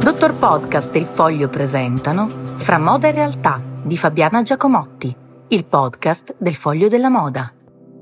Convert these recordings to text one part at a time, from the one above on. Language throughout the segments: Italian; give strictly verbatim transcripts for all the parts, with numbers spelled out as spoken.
Dottor Podcast e Il Foglio presentano Fra moda e realtà di Fabiana Giacomotti, il podcast del Foglio della Moda.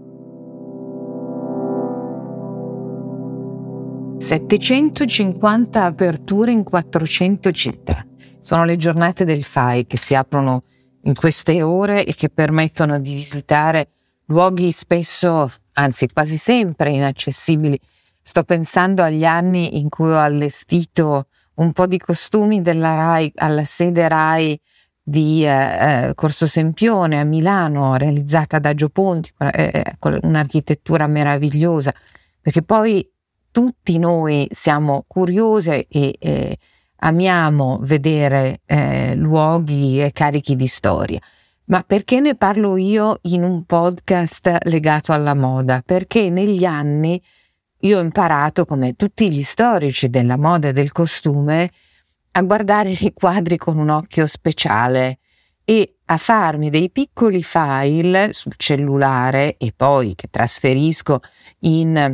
settecentocinquanta aperture in quattrocento città. Sono le giornate del F A I che si aprono in queste ore e che permettono di visitare luoghi spesso, anzi quasi sempre inaccessibili. Sto pensando agli anni in cui ho allestito un po' di costumi della RAI alla sede RAI di eh, Corso Sempione a Milano, realizzata da Gio Ponti, eh, con un'architettura meravigliosa, perché poi tutti noi siamo curiosi e eh, amiamo vedere eh, luoghi carichi di storia. Ma perché ne parlo io in un podcast legato alla moda? Perché negli anni io ho imparato, come tutti gli storici della moda e del costume, a guardare i quadri con un occhio speciale e a farmi dei piccoli file sul cellulare e poi che trasferisco in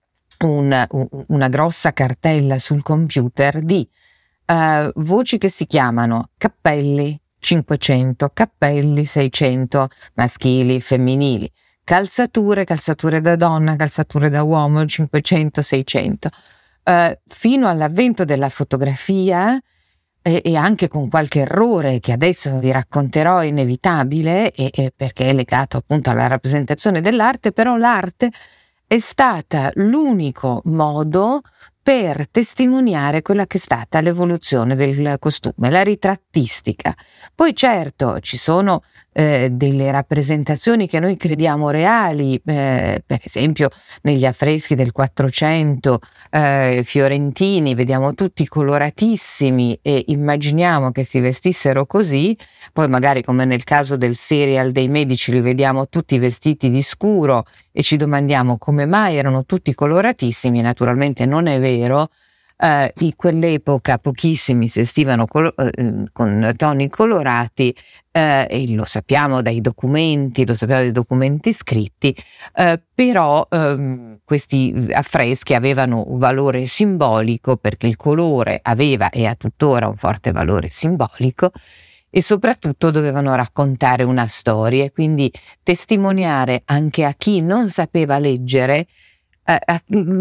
una, una grossa cartella sul computer di uh, voci che si chiamano cappelli cinquecento, cappelli seicento, maschili, femminili, calzature, calzature da donna, calzature da uomo, cinquecento, seicento, uh, fino all'avvento della fotografia e, e anche con qualche errore che adesso vi racconterò, inevitabile, e, e perché è legato appunto alla rappresentazione dell'arte, però l'arte è stata l'unico modo per testimoniare quella che è stata l'evoluzione del costume, la ritrattistica. Poi certo ci sono eh, delle rappresentazioni che noi crediamo reali, eh, per esempio negli affreschi del quattrocento eh, fiorentini vediamo tutti coloratissimi e immaginiamo che si vestissero così, poi magari come nel caso del serial dei Medici li vediamo tutti vestiti di scuro e ci domandiamo come mai erano tutti coloratissimi. Naturalmente non è vero, eh, in quell'epoca pochissimi si vestivano colo- eh, con toni colorati, eh, e lo sappiamo dai documenti, lo sappiamo dai documenti scritti, eh, però ehm, questi affreschi avevano un valore simbolico perché il colore aveva e ha tuttora un forte valore simbolico e soprattutto dovevano raccontare una storia e quindi testimoniare anche a chi non sapeva leggere, a, a,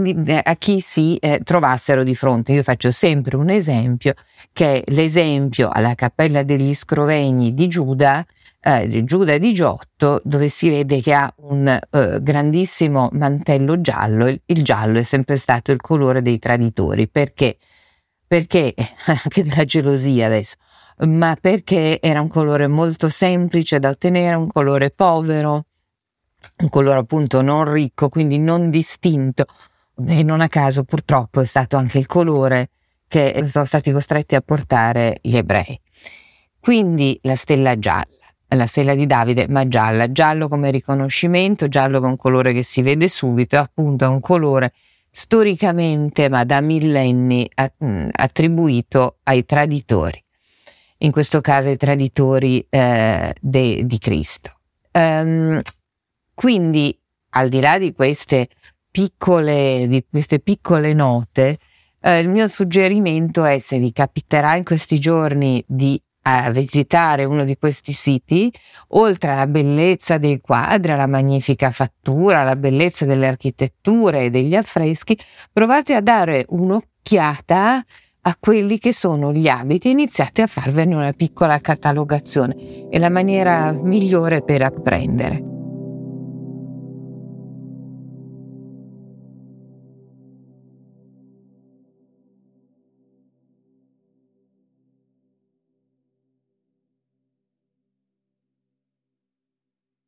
a chi si eh, trovassero di fronte. Io faccio sempre un esempio, che è l'esempio alla Cappella degli Scrovegni di Giuda, eh, di Giuda di Giotto, dove si vede che ha un eh, grandissimo mantello giallo. Il, il giallo è sempre stato il colore dei traditori. Perché? Perché anche della gelosia adesso, ma perché era un colore molto semplice da ottenere, un colore povero, un colore appunto non ricco, quindi non distinto, e non a caso purtroppo è stato anche il colore che sono stati costretti a portare gli ebrei. Quindi la stella gialla, la stella di Davide, ma gialla, giallo come riconoscimento, giallo che è un colore che si vede subito, e appunto è un colore storicamente, ma da millenni, attribuito ai traditori, in questo caso ai traditori eh, de, di Cristo. Um, quindi, al di là di queste piccole, di queste piccole note, eh, il mio suggerimento è, se vi capiterà in questi giorni di a visitare uno di questi siti, oltre alla bellezza dei quadri, alla magnifica fattura, alla bellezza delle architetture e degli affreschi, provate a dare un'occhiata a quelli che sono gli abiti e iniziate a farvene una piccola catalogazione. È la maniera migliore per apprendere.